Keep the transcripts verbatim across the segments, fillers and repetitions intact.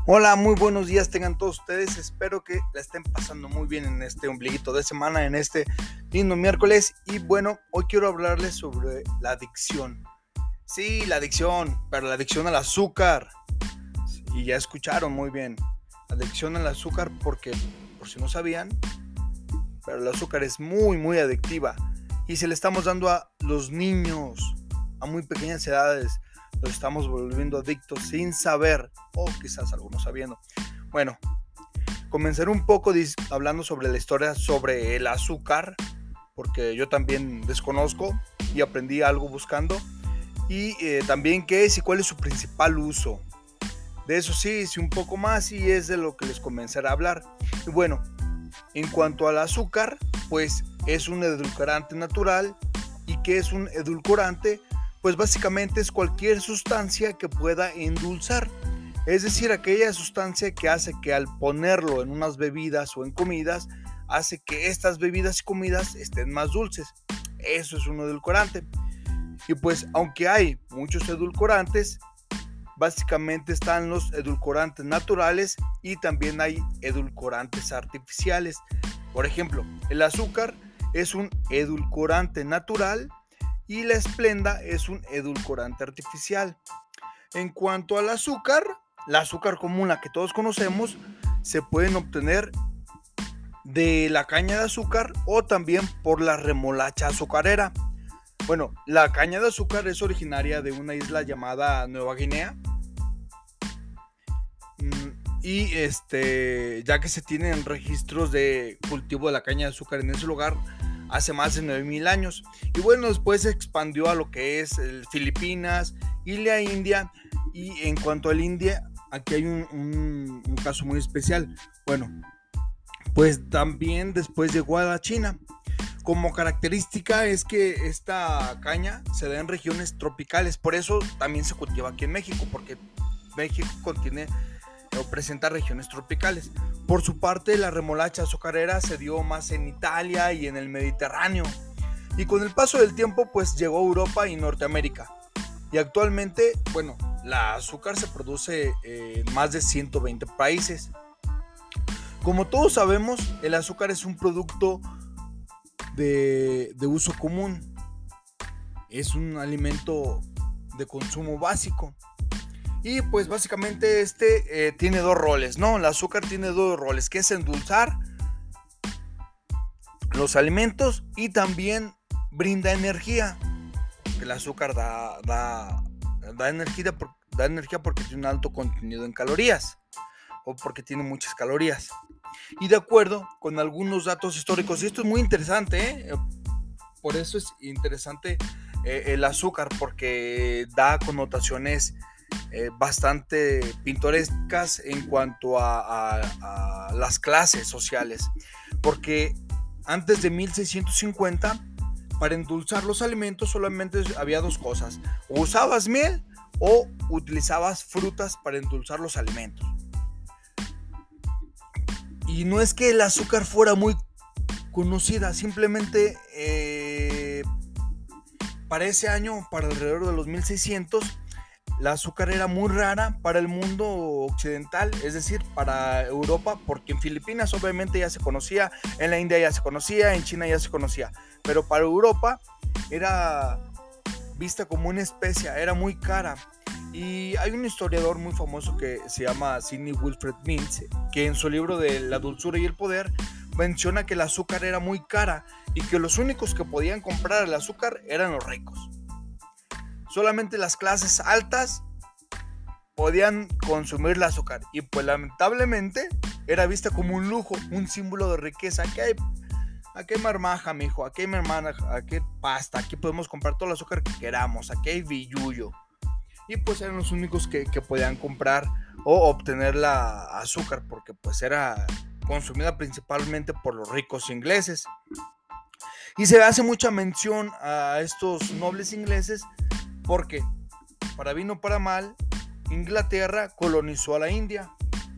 Hola, muy buenos días tengan todos ustedes, espero que la estén pasando muy bien en este ombliguito de semana, en este lindo miércoles. Y bueno, hoy quiero hablarles sobre la adicción. Sí, la adicción, pero la adicción al azúcar. Y ya escucharon muy bien, adicción al azúcar porque, por si no sabían, pero el azúcar es muy muy adictiva y se le estamos dando a los niños a muy pequeñas edades. Los estamos volviendo adictos sin saber, o quizás algunos sabiendo. Bueno, comenzaré un poco dis- hablando sobre la historia sobre el azúcar, porque yo también desconozco y aprendí algo buscando. Y eh, también qué es y cuál es su principal uso. De eso sí, sí un poco más, y es de lo que les comenzaré a hablar. Y bueno, en cuanto al azúcar, pues es un edulcorante natural. ¿Y qué es un edulcorante? Pues básicamente es cualquier sustancia que pueda endulzar, es decir, aquella sustancia que hace que al ponerlo en unas bebidas o en comidas, hace que estas bebidas y comidas estén más dulces. Eso es un edulcorante. Y pues aunque hay muchos edulcorantes, básicamente están los edulcorantes naturales y también hay edulcorantes artificiales. Por ejemplo, el azúcar es un edulcorante natural y la esplenda es un edulcorante artificial. En cuanto al azúcar, la azúcar común, la que todos conocemos, se pueden obtener de la caña de azúcar o también por la remolacha azucarera. Bueno, la caña de azúcar es originaria de una isla llamada Nueva Guinea. Y este, ya que se tienen registros de cultivo de la caña de azúcar en ese lugar hace más de nueve mil años. Y bueno, después se expandió a lo que es el Filipinas y la India. Y en cuanto al India, aquí hay un, un, un caso muy especial. Bueno, pues también después llegó a la China. Como característica es que esta caña se da en regiones tropicales. Por eso también se cultiva aquí en México, porque México contiene o presenta regiones tropicales. Por su parte, la remolacha azucarera se dio más en Italia y en el Mediterráneo. Y con el paso del tiempo, pues llegó a Europa y Norteamérica. Y actualmente, bueno, la azúcar se produce en más de ciento veinte países. Como todos sabemos, el azúcar es un producto de, de uso común. Es un alimento de consumo básico. Y pues básicamente este eh, tiene dos roles, ¿no? El azúcar tiene dos roles, que es endulzar los alimentos y también brinda energía. El azúcar da, da, da, energía, da energía porque tiene un alto contenido en calorías o porque tiene muchas calorías. Y de acuerdo con algunos datos históricos, y esto es muy interesante, ¿eh? Por eso es interesante eh, el azúcar, porque da connotaciones Eh, bastante pintorescas en cuanto a, a, a las clases sociales, porque antes de mil seiscientos cincuenta, para endulzar los alimentos solamente había dos cosas: o usabas miel o utilizabas frutas para endulzar los alimentos. Y no es que el azúcar fuera muy conocida, simplemente eh, para ese año, para alrededor de los mil seiscientos, la azúcar era muy rara para el mundo occidental, es decir, para Europa, porque en Filipinas obviamente ya se conocía, en la India ya se conocía, en China ya se conocía, pero para Europa era vista como una especia, era muy cara. Y hay un historiador muy famoso que se llama Sidney Wilfred Mintz, que en su libro de La dulzura y el poder menciona que el azúcar era muy cara y que los únicos que podían comprar el azúcar eran los ricos. Solamente las clases altas podían consumir el azúcar y pues lamentablemente era vista como un lujo, un símbolo de riqueza. Aquí hay, aquí hay marmaja, mijo, aquí hay marmaja, aquí hay pasta, aquí podemos comprar todo el azúcar que queramos, aquí hay billuyo. Y pues eran los únicos que, que podían comprar o obtener la azúcar, porque pues era consumida principalmente por los ricos ingleses. Y se hace mucha mención a estos nobles ingleses porque, para bien o para mal, Inglaterra colonizó a la India.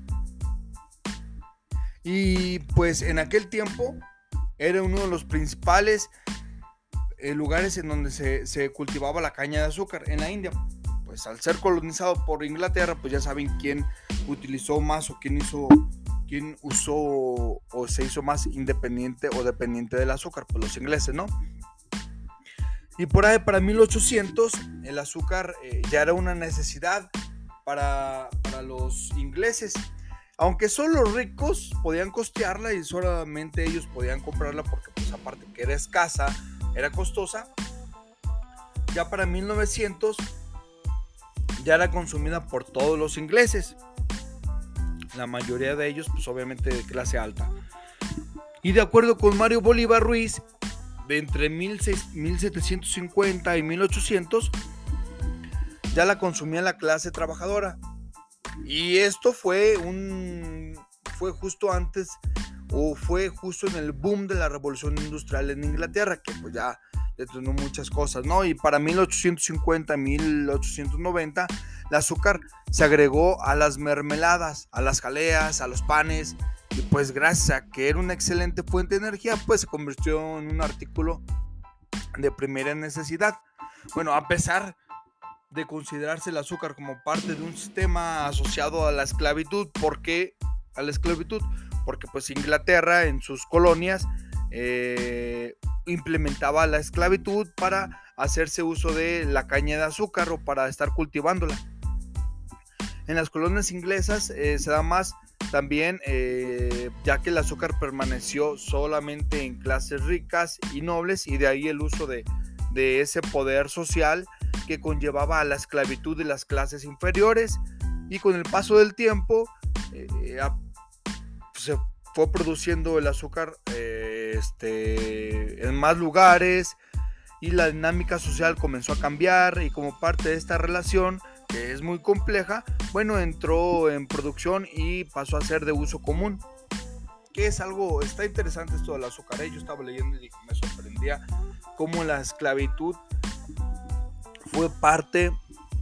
Y pues en aquel tiempo era uno de los principales eh, lugares en donde se, se cultivaba la caña de azúcar en la India. pues al ser colonizado por Inglaterra, pues ya saben quién utilizó más o quién hizo, quién usó o se hizo más independiente o dependiente del azúcar, pues los ingleses, ¿no? Y por ahí para mil ochocientos el azúcar eh, ya era una necesidad para, para los ingleses. Aunque solo los ricos podían costearla y solamente ellos podían comprarla porque pues aparte que era escasa, era costosa, ya para mil novecientos ya era consumida por todos los ingleses. La mayoría de ellos pues obviamente de clase alta. Y de acuerdo con Mario Bolívar Ruiz, de entre mil setecientos cincuenta y mil ochocientos ya la consumía la clase trabajadora. Y esto fue un fue justo antes o fue justo en el boom de la revolución industrial en Inglaterra, que pues ya detonó muchas cosas, ¿no? Y para mil ochocientos cincuenta, mil ochocientos noventa, el azúcar se agregó a las mermeladas, a las jaleas, a los panes, y pues gracias a que era una excelente fuente de energía, pues se convirtió en un artículo de primera necesidad. Bueno, a pesar de considerarse el azúcar como parte de un sistema asociado a la esclavitud. ¿Por qué a la esclavitud? Porque pues Inglaterra en sus colonias eh, implementaba la esclavitud para hacerse uso de la caña de azúcar o para estar cultivándola. En las colonias inglesas eh, se da más también eh, ya que el azúcar permaneció solamente en clases ricas y nobles, y de ahí el uso de, de ese poder social que conllevaba a la esclavitud de las clases inferiores. Y con el paso del tiempo eh, a, se fue produciendo el azúcar eh, este, en más lugares, y la dinámica social comenzó a cambiar, y como parte de esta relación que es muy compleja, bueno, entró en producción y pasó a ser de uso común, que es algo, está interesante esto del azúcar, ¿eh? Yo estaba leyendo y me sorprendía cómo la esclavitud fue parte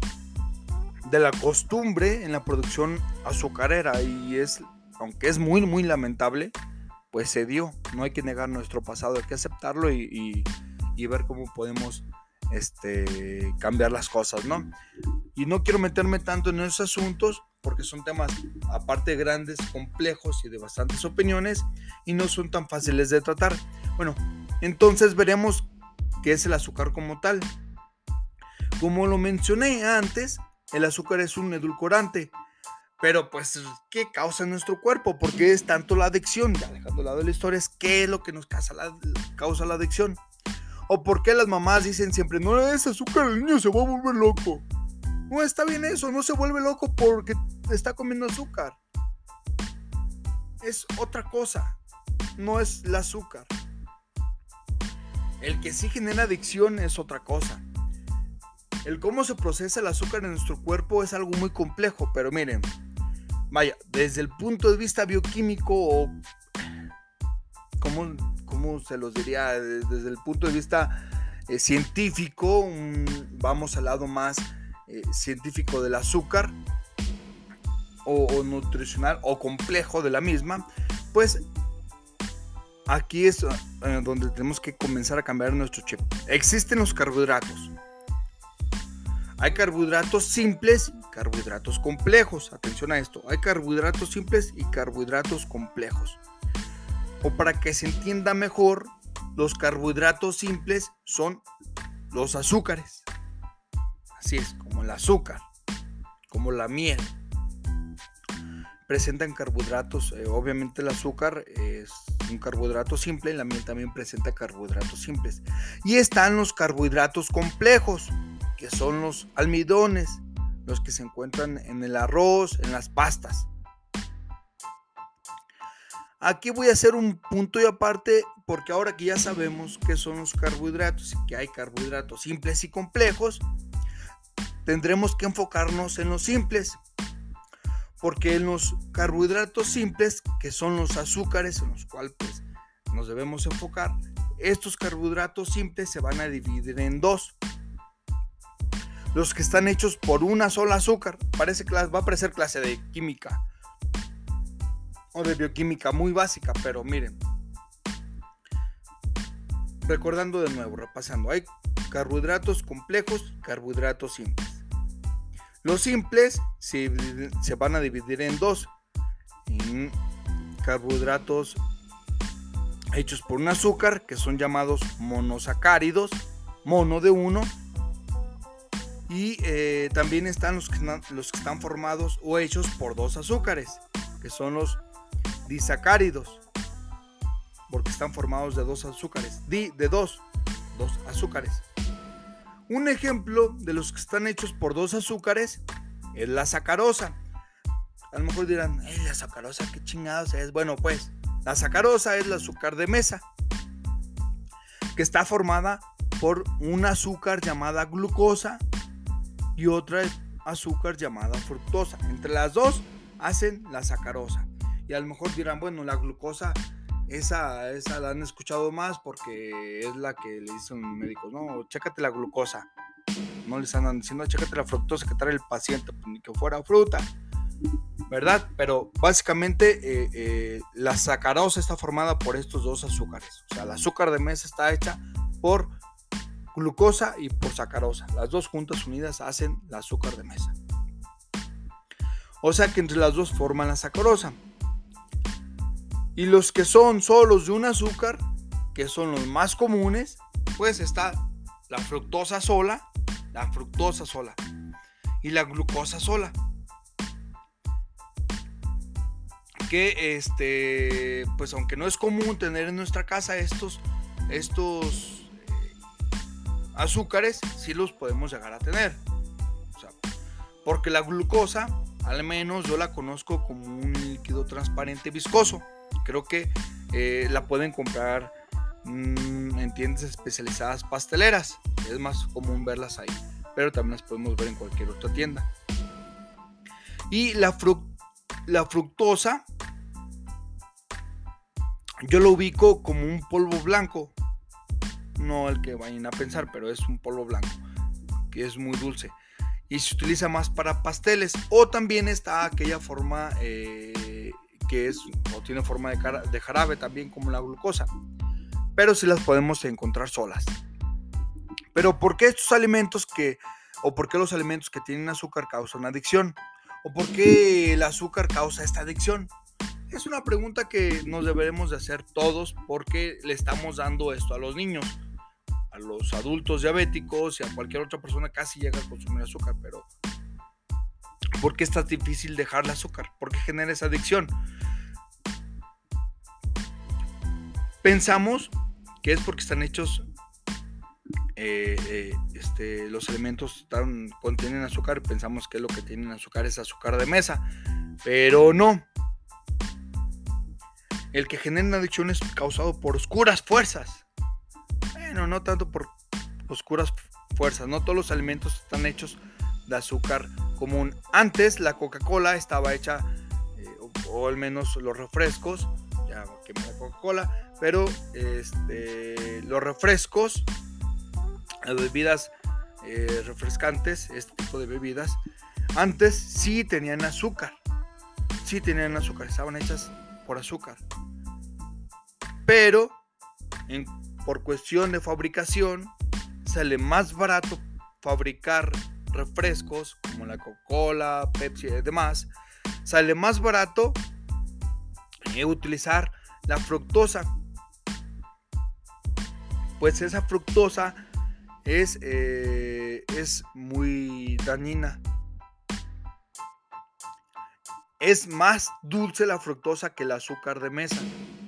de la costumbre en la producción azucarera, y es, aunque es muy muy lamentable, pues se dio. No hay que negar nuestro pasado, hay que aceptarlo y, y, y ver cómo podemos este, cambiar las cosas, ¿no? Y no quiero meterme tanto en esos asuntos porque son temas aparte grandes, complejos y de bastantes opiniones, y no son tan fáciles de tratar. Bueno, entonces veremos qué es el azúcar como tal. Como lo mencioné antes, el azúcar es un edulcorante, pero pues, ¿qué causa en nuestro cuerpo? ¿Por qué es tanto la adicción? Ya dejando de lado la historia, es qué es lo que nos causa la, causa la adicción. ¿O por qué las mamás dicen siempre, no es azúcar, el niño se va a volver loco? No está bien eso, no se vuelve loco porque está comiendo azúcar. Es otra cosa, no es el azúcar. El que sí genera adicción es otra cosa. El cómo se procesa el azúcar en nuestro cuerpo es algo muy complejo, pero miren, vaya, desde el punto de vista bioquímico o cómo, cómo se los diría, desde el punto de vista eh, científico, um, vamos al lado más eh, científico del azúcar o, o nutricional o complejo de la misma, pues aquí es eh, donde tenemos que comenzar a cambiar nuestro chip. Existen los carbohidratos. Hay carbohidratos simples y carbohidratos complejos. Atención a esto. Hay carbohidratos simples y carbohidratos complejos. O para que se entienda mejor, los carbohidratos simples son los azúcares. Así es, como el azúcar, como la miel. Presentan carbohidratos. Eh, obviamente el azúcar es un carbohidrato simple y la miel también presenta carbohidratos simples. Y están los carbohidratos complejos, que son los almidones, los que se encuentran en el arroz, en las pastas. Aquí voy a hacer un punto y aparte, porque ahora que ya sabemos qué son los carbohidratos y que hay carbohidratos simples y complejos, tendremos que enfocarnos en los simples, porque en los carbohidratos simples, que son los azúcares en los cuales pues, nos debemos enfocar, estos carbohidratos simples se van a dividir en dos. Los que están hechos por una sola azúcar, parece que va a parecer clase de química o de bioquímica muy básica, pero miren, recordando de nuevo, repasando, hay carbohidratos complejos, carbohidratos simples. Los simples se, se van a dividir en dos. En carbohidratos hechos por un azúcar, que son llamados monosacáridos, mono de uno. Y eh, también están los que, los que están formados o hechos por dos azúcares, que son los disacáridos, porque están formados de dos azúcares, di de dos, dos azúcares. Un ejemplo de los que están hechos por dos azúcares es la sacarosa. A lo mejor dirán, ¿eh, la sacarosa qué chingados es? Bueno, pues la sacarosa es el azúcar de mesa, que está formada por un azúcar llamada glucosa y otra azúcar llamada fructosa. Entre las dos hacen la sacarosa. Y a lo mejor dirán, bueno, la glucosa, esa, esa la han escuchado más porque es la que le dicen los médicos. No, chécate la glucosa. No les andan diciendo, chécate la fructosa que trae el paciente, pues ni que fuera fruta, ¿verdad? Pero básicamente eh, eh, la sacarosa está formada por estos dos azúcares. O sea, el azúcar de mesa está hecha por glucosa y por sacarosa. Las dos juntas unidas hacen el azúcar de mesa. O sea que entre las dos forman la sacarosa. Y los que son solos de un azúcar, que son los más comunes, pues está la fructosa sola, la fructosa sola y la glucosa sola. Que este, pues aunque no es común tener en nuestra casa estos, estos eh, azúcares, sí los podemos llegar a tener. O sea, porque la glucosa, al menos yo la conozco como un líquido transparente viscoso. Creo que eh, la pueden comprar mmm, en tiendas especializadas pasteleras. Es más común verlas ahí, pero también las podemos ver en cualquier otra tienda. Y la, fruc la fructosa, yo lo ubico como un polvo blanco. No el que vayan a pensar, pero es un polvo blanco que es muy dulce y se utiliza más para pasteles. O también está aquella forma eh, que es o tiene forma de, cara, de jarabe también, como la glucosa, pero sí las podemos encontrar solas. Pero ¿por qué estos alimentos que o por qué los alimentos que tienen azúcar causan adicción? ¿O por qué el azúcar causa esta adicción? Es una pregunta que nos deberemos de hacer todos, porque le estamos dando esto a los niños, a los adultos diabéticos y a cualquier otra persona casi llega a consumir azúcar. Pero ¿por qué es tan difícil dejar el azúcar? ¿Por qué genera esa adicción? Pensamos que es porque están hechos, eh, eh, este, los alimentos están, contienen azúcar. Pensamos que lo que tienen azúcar es azúcar de mesa, pero no. El que genera una adicción es causado por oscuras fuerzas. Bueno, no tanto por oscuras fuerzas. No todos los alimentos están hechos de azúcar común. Antes la Coca-Cola estaba hecha, eh, o, o al menos los refrescos, ya quemé la Coca-Cola, pero este, los refrescos, las bebidas eh, refrescantes, este tipo de bebidas, antes sí tenían azúcar. Sí tenían azúcar, estaban hechas por azúcar. Pero en, por cuestión de fabricación sale más barato fabricar refrescos como la Coca-Cola, Pepsi y demás. Sale más barato eh, utilizar la fructosa, pues esa fructosa es, eh, es muy dañina. Es más dulce la fructosa que el azúcar de mesa,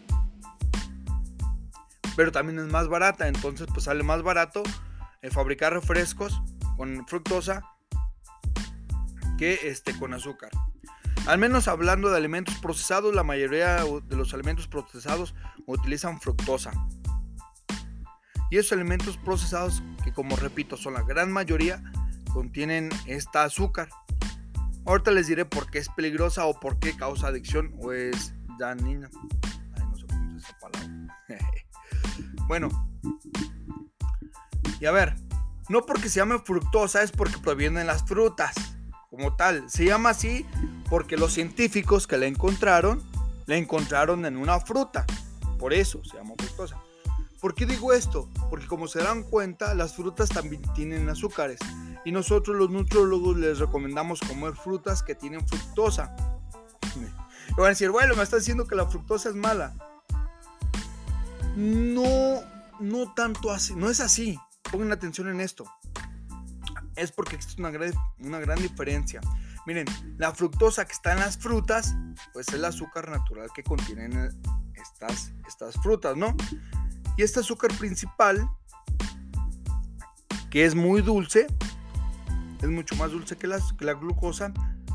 pero también es más barata. Entonces pues sale más barato eh, fabricar refrescos con fructosa que este, con azúcar. Al menos hablando de alimentos procesados, la mayoría de los alimentos procesados utilizan fructosa. Y esos alimentos procesados, que como repito son la gran mayoría, contienen esta azúcar. Ahorita les diré por qué es peligrosa o por qué causa adicción o es dañina. Ay, no sé cómo es esa palabra. Bueno, y a ver, no porque se llame fructosa es porque proviene de las frutas como tal. Se llama así porque los científicos que la encontraron, la encontraron en una fruta. Por eso se llama fructosa. ¿Por qué digo esto? Porque como se dan cuenta, las frutas también tienen azúcares y nosotros los nutriólogos les recomendamos comer frutas que tienen fructosa. Y van a decir, bueno, me estás diciendo que la fructosa es mala. No, no tanto así, no es así. Pongan atención en esto. Es porque existe una gran, una gran diferencia. Miren, la fructosa que está en las frutas, pues es el azúcar natural que contienen estas, estas frutas, ¿no? Y este azúcar principal, que es muy dulce, es mucho más dulce que la, que la glucosa.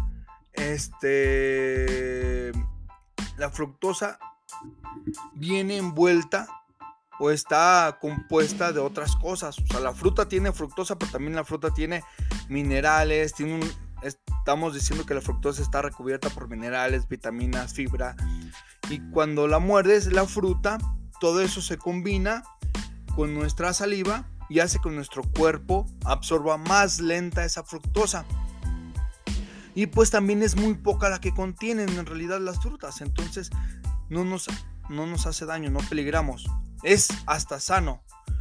Este, la fructosa viene envuelta o está compuesta de otras cosas. O sea, la fruta tiene fructosa, pero también la fruta tiene minerales, tiene un, estamos diciendo que la fructosa está recubierta por minerales, vitaminas, fibra. Y cuando la muerdes, la fruta, todo eso se combina con nuestra saliva y hace que nuestro cuerpo absorba más lenta esa fructosa. Y pues también es muy poca la que contienen en realidad las frutas. Entonces no nos, no nos hace daño, no peligramos. Es hasta sano.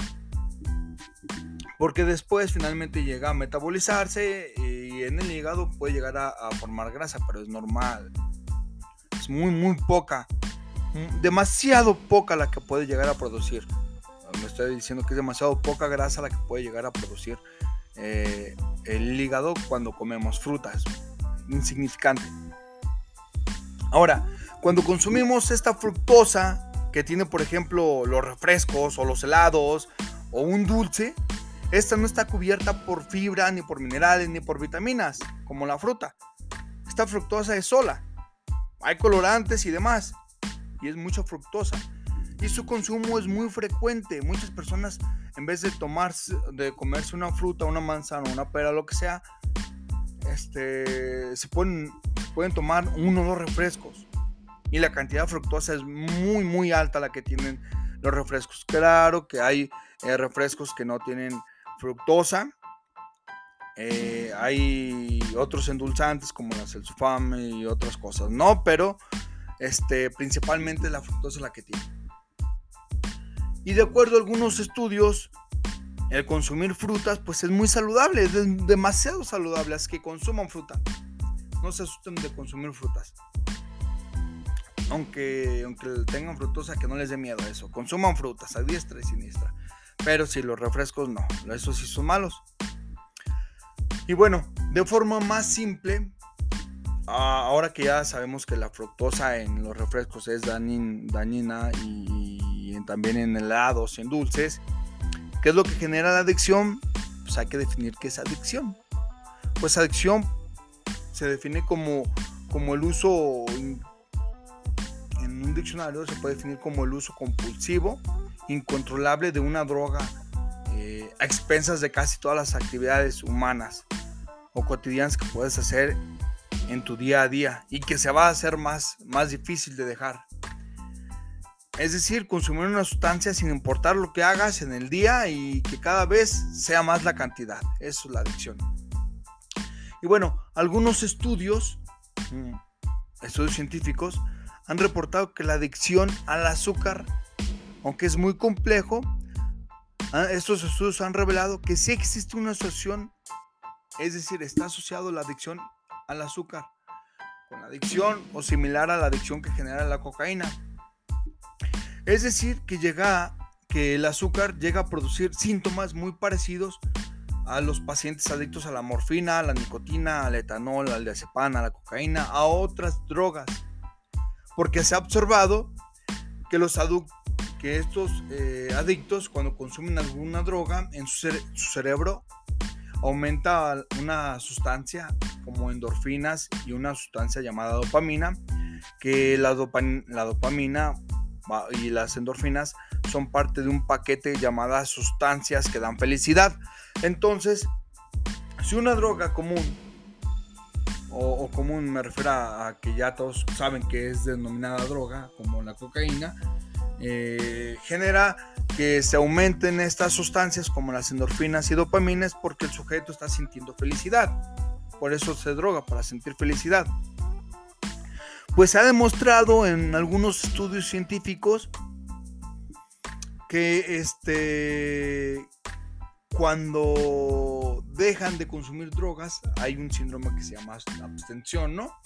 Porque después finalmente llega a metabolizarse y en el hígado puede llegar a, a formar grasa, pero es normal. Es muy, muy poca. Demasiado poca la que puede llegar a producir. Me estoy diciendo que es demasiado poca grasa la que puede llegar a producir eh, el hígado cuando comemos frutas. Insignificante. Ahora, cuando consumimos esta fructosa que tiene, por ejemplo, los refrescos o los helados o un dulce, esta no está cubierta por fibra, ni por minerales, ni por vitaminas, como la fruta. Esta fructosa es sola. Hay colorantes y demás, y es mucha fructosa. Y su consumo es muy frecuente. Muchas personas, en vez de tomarse, de comerse una fruta, una manzana, una pera, lo que sea, este, se pueden, pueden tomar uno o dos refrescos. Y la cantidad de fructosa es muy, muy alta la que tienen los refrescos. Claro que hay eh, refrescos que no tienen fructosa. Eh, hay otros endulzantes como la Celsulfame y otras cosas, ¿no? Pero este, principalmente la fructosa es la que tiene. Y de acuerdo a algunos estudios, el consumir frutas pues es muy saludable, es demasiado saludable, así que consuman fruta. No se asusten de consumir frutas. Aunque, aunque tengan fructosa, que no les dé miedo a eso. Consuman frutas a diestra y siniestra. Pero si los refrescos no, esos sí son malos. Y bueno, de forma más simple, ahora que ya sabemos que la fructosa en los refrescos es dañin, dañina y, y también en helados y en dulces, ¿qué es lo que genera la adicción? Pues hay que definir qué es adicción. Pues adicción se define como, como el uso, en un diccionario se puede definir como el uso compulsivo, incontrolable de una droga eh, a expensas de casi todas las actividades humanas o cotidianas que puedes hacer en tu día a día y que se va a hacer más, más difícil de dejar. Es decir, consumir una sustancia sin importar lo que hagas en el día y que cada vez sea más la cantidad. Eso es la adicción. Y bueno, algunos estudios, estudios científicos, han reportado que la adicción al azúcar, aunque es muy complejo, estos estudios han revelado que sí existe una asociación, es decir, está asociado la adicción al azúcar con la adicción o similar a la adicción que genera la cocaína. Es decir, que llega que el azúcar llega a producir síntomas muy parecidos a los pacientes adictos a la morfina, a la nicotina, al etanol, al diazepam, a la cocaína, a otras drogas. Porque se ha observado que, los adu- que estos eh, adictos, cuando consumen alguna droga, en su, cere- su cerebro aumenta una sustancia como endorfinas y una sustancia llamada dopamina, que la, dopa- la dopamina y las endorfinas son parte de un paquete llamadas sustancias que dan felicidad. Entonces, si una droga común, o, o común me refiero a, a que ya todos saben que es denominada droga, como la cocaína, eh, genera que se aumenten estas sustancias como las endorfinas y dopaminas porque el sujeto está sintiendo felicidad. Por eso se droga, para sentir felicidad. Pues se ha demostrado en algunos estudios científicos que este, cuando dejan de consumir drogas hay un síndrome que se llama abstención, ¿no?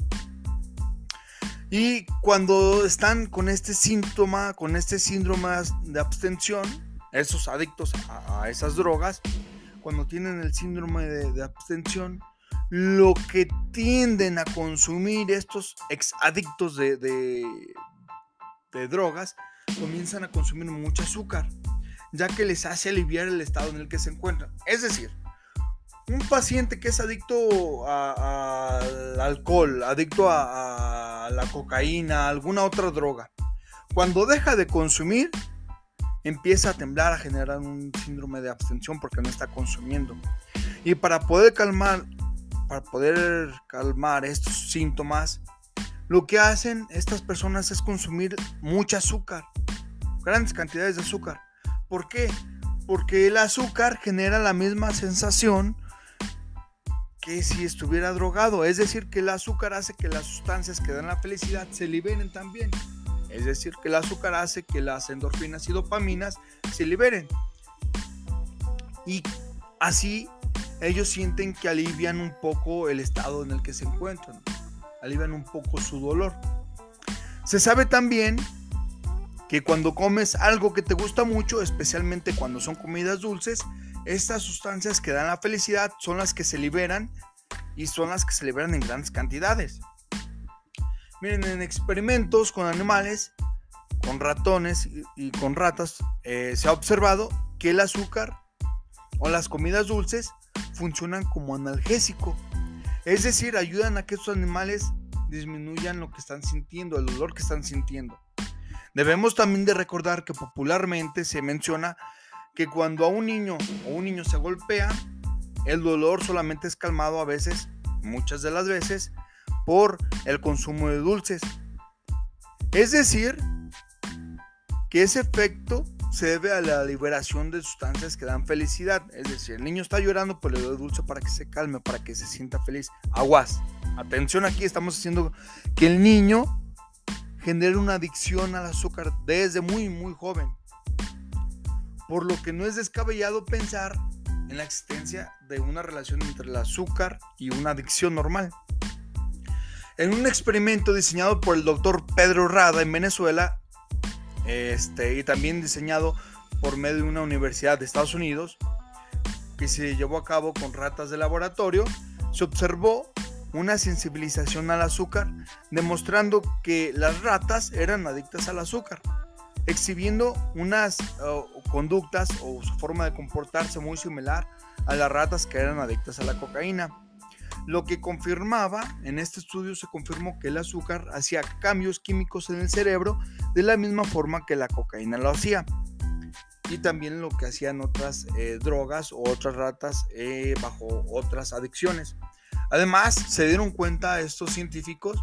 Y cuando están con este síntoma, con este síndrome de abstención, esos adictos a, a esas drogas, cuando tienen el síndrome de, de abstención, lo que tienden a consumir estos exadictos de, de, de drogas, comienzan a consumir mucho azúcar, ya que les hace aliviar el estado en el que se encuentran. Es decir, un paciente que es adicto a, a, al alcohol, adicto a, a la cocaína, a alguna otra droga, cuando deja de consumir, empieza a temblar, a generar un síndrome de abstención porque no está consumiendo. Y para poder calmar, para poder calmar estos síntomas, lo que hacen estas personas es consumir mucho azúcar, grandes cantidades de azúcar. ¿Por qué? Porque el azúcar genera la misma sensación que si estuviera drogado. Es decir, que el azúcar hace que las sustancias que dan la felicidad se liberen también. Es decir, que el azúcar hace que las endorfinas y dopaminas se liberen. Y así ellos sienten que alivian un poco el estado en el que se encuentran. Alivian un poco su dolor. Se sabe también que cuando comes algo que te gusta mucho, especialmente cuando son comidas dulces, estas sustancias que dan la felicidad son las que se liberan y son las que se liberan en grandes cantidades. Miren, en experimentos con animales, con ratones y, y con ratas, eh, se ha observado que el azúcar o las comidas dulces funcionan como analgésico. Es decir, ayudan a que estos animales disminuyan lo que están sintiendo, el dolor que están sintiendo. Debemos también de recordar que popularmente se menciona que cuando a un niño o un niño se golpea, el dolor solamente es calmado a veces, muchas de las veces, por el consumo de dulces. Es decir, que ese efecto se debe a la liberación de sustancias que dan felicidad. Es decir, el niño está llorando, pues le doy dulce para que se calme, para que se sienta feliz. Aguas, atención, aquí estamos haciendo que el niño genere una adicción al azúcar desde muy muy joven, por lo que no es descabellado pensar en la existencia de una relación entre el azúcar y una adicción normal. En un experimento diseñado por el doctor Pedro Rada en Venezuela, este, y también diseñado por medio de una universidad de Estados Unidos, que se llevó a cabo con ratas de laboratorio, se observó una sensibilización al azúcar, demostrando que las ratas eran adictas al azúcar, exhibiendo unas uh, conductas o su forma de comportarse muy similar a las ratas que eran adictas a la cocaína. Lo que confirmaba, en este estudio se confirmó que el azúcar hacía cambios químicos en el cerebro de la misma forma que la cocaína lo hacía, y también lo que hacían otras eh, drogas o otras ratas eh, bajo otras adicciones. Además, se dieron cuenta estos científicos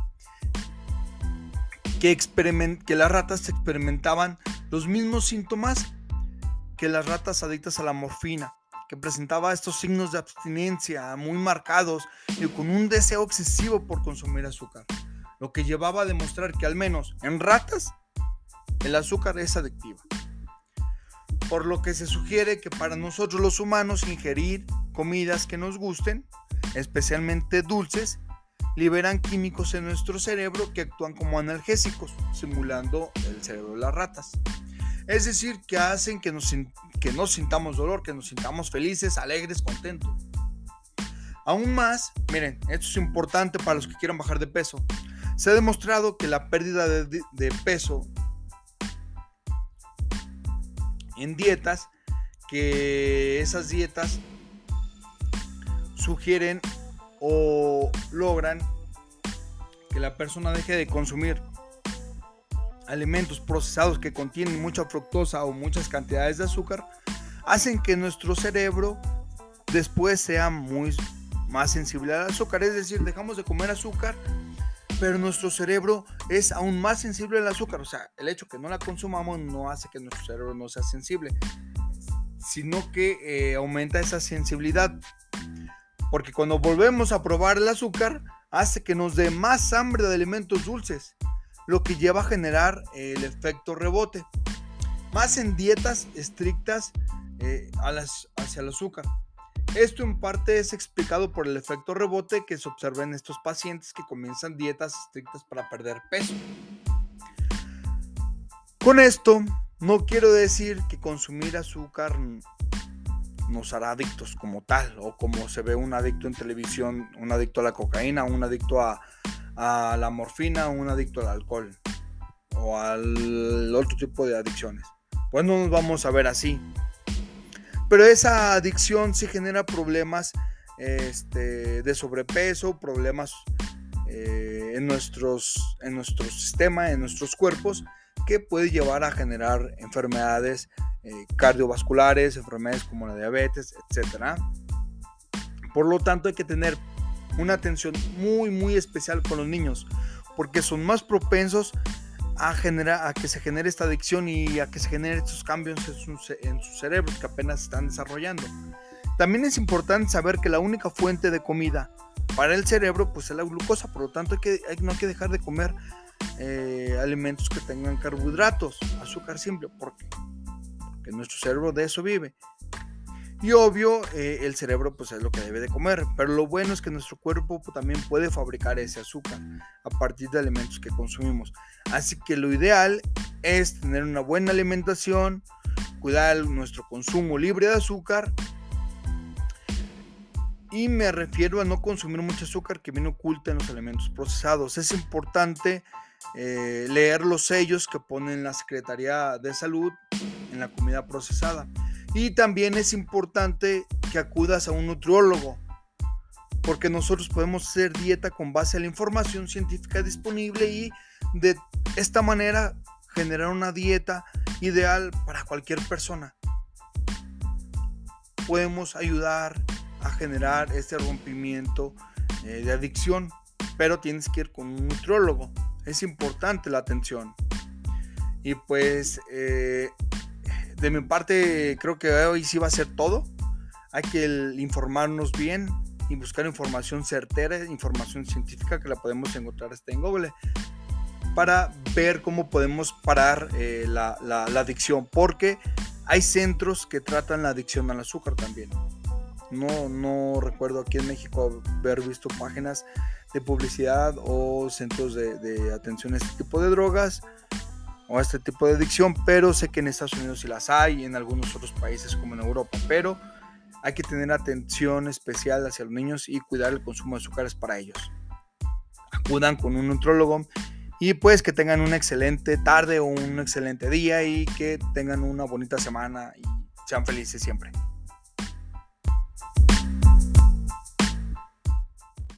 que, experiment- que las ratas experimentaban los mismos síntomas que las ratas adictas a la morfina, que presentaba estos signos de abstinencia muy marcados y con un deseo excesivo por consumir azúcar, lo que llevaba a demostrar que al menos en ratas el azúcar es adictiva. Por lo que se sugiere que para nosotros los humanos ingerir comidas que nos gusten, especialmente dulces, liberan químicos en nuestro cerebro que actúan como analgésicos, simulando el cerebro de las ratas. Es decir, que hacen que nos, que no sintamos dolor, que nos sintamos felices, alegres, contentos. Aún más, miren, esto es importante para los que quieran bajar de peso. Se ha demostrado que la pérdida de, de peso en dietas, que esas dietas sugieren o logran que la persona deje de consumir alimentos procesados que contienen mucha fructosa o muchas cantidades de azúcar, hacen que nuestro cerebro después sea muy más sensible al azúcar. Es decir, dejamos de comer azúcar, pero nuestro cerebro es aún más sensible al azúcar. O sea, el hecho que no la consumamos no hace que nuestro cerebro no sea sensible, sino que eh, aumenta esa sensibilidad. Porque cuando volvemos a probar el azúcar, hace que nos dé más hambre de alimentos dulces, lo que lleva a generar el efecto rebote. más en dietas estrictas eh, a las, hacia el azúcar. Esto en parte es explicado por el efecto rebote que se observa en estos pacientes que comienzan dietas estrictas para perder peso. Con esto no quiero decir que consumir azúcar nos hará adictos como tal, o como se ve un adicto en televisión, un adicto a la cocaína, un adicto a, a la morfina, un adicto al alcohol o al otro tipo de adicciones. Pues no nos vamos a ver así. Pero esa adicción sí genera problemas este, de sobrepeso, problemas eh, en, nuestros, en nuestro sistema, en nuestros cuerpos, que puede llevar a generar enfermedades eh, cardiovasculares, enfermedades como la diabetes, etcétera. Por lo tanto, hay que tener una atención muy, muy especial con los niños, porque son más propensos a, generar, a que se genere esta adicción y a que se generen estos cambios en sus, en sus cerebros que apenas están desarrollando. También es importante saber que la única fuente de comida para el cerebro pues, es la glucosa, por lo tanto hay que, hay, no hay que dejar de comer eh, alimentos que tengan carbohidratos, azúcar simple. ¿Por qué? Porque nuestro cerebro de eso vive. Y obvio, eh, el cerebro pues es lo que debe de comer, pero lo bueno es que nuestro cuerpo pues, también puede fabricar ese azúcar a partir de alimentos que consumimos. Así que lo ideal es tener una buena alimentación, cuidar nuestro consumo libre de azúcar. Y me refiero a no consumir mucho azúcar que viene oculta en los alimentos procesados. Es importante eh, leer los sellos que pone la Secretaría de Salud en la comida procesada. Y también es importante que acudas a un nutriólogo, porque nosotros podemos hacer dieta con base a la información científica disponible y de esta manera generar una dieta ideal para cualquier persona. Podemos ayudar a generar este rompimiento eh, de adicción, pero tienes que ir con un nutriólogo. Es importante la atención. Y pues eh, de mi parte creo que hoy sí va a ser todo. Hay que el, informarnos bien y buscar información certera, información científica que la podemos encontrar hasta en Google, para ver cómo podemos parar eh, la, la, la adicción, porque hay centros que tratan la adicción al azúcar también. No, no recuerdo aquí en México haber visto páginas de publicidad o centros de, de atención a este tipo de drogas o a este tipo de adicción, pero sé que en Estados Unidos sí las hay y en algunos otros países como en Europa, pero hay que tener atención especial hacia los niños y cuidar el consumo de azúcares para ellos. Acudan con un nutrólogo y pues que tengan una excelente tarde o un excelente día y que tengan una bonita semana y sean felices siempre.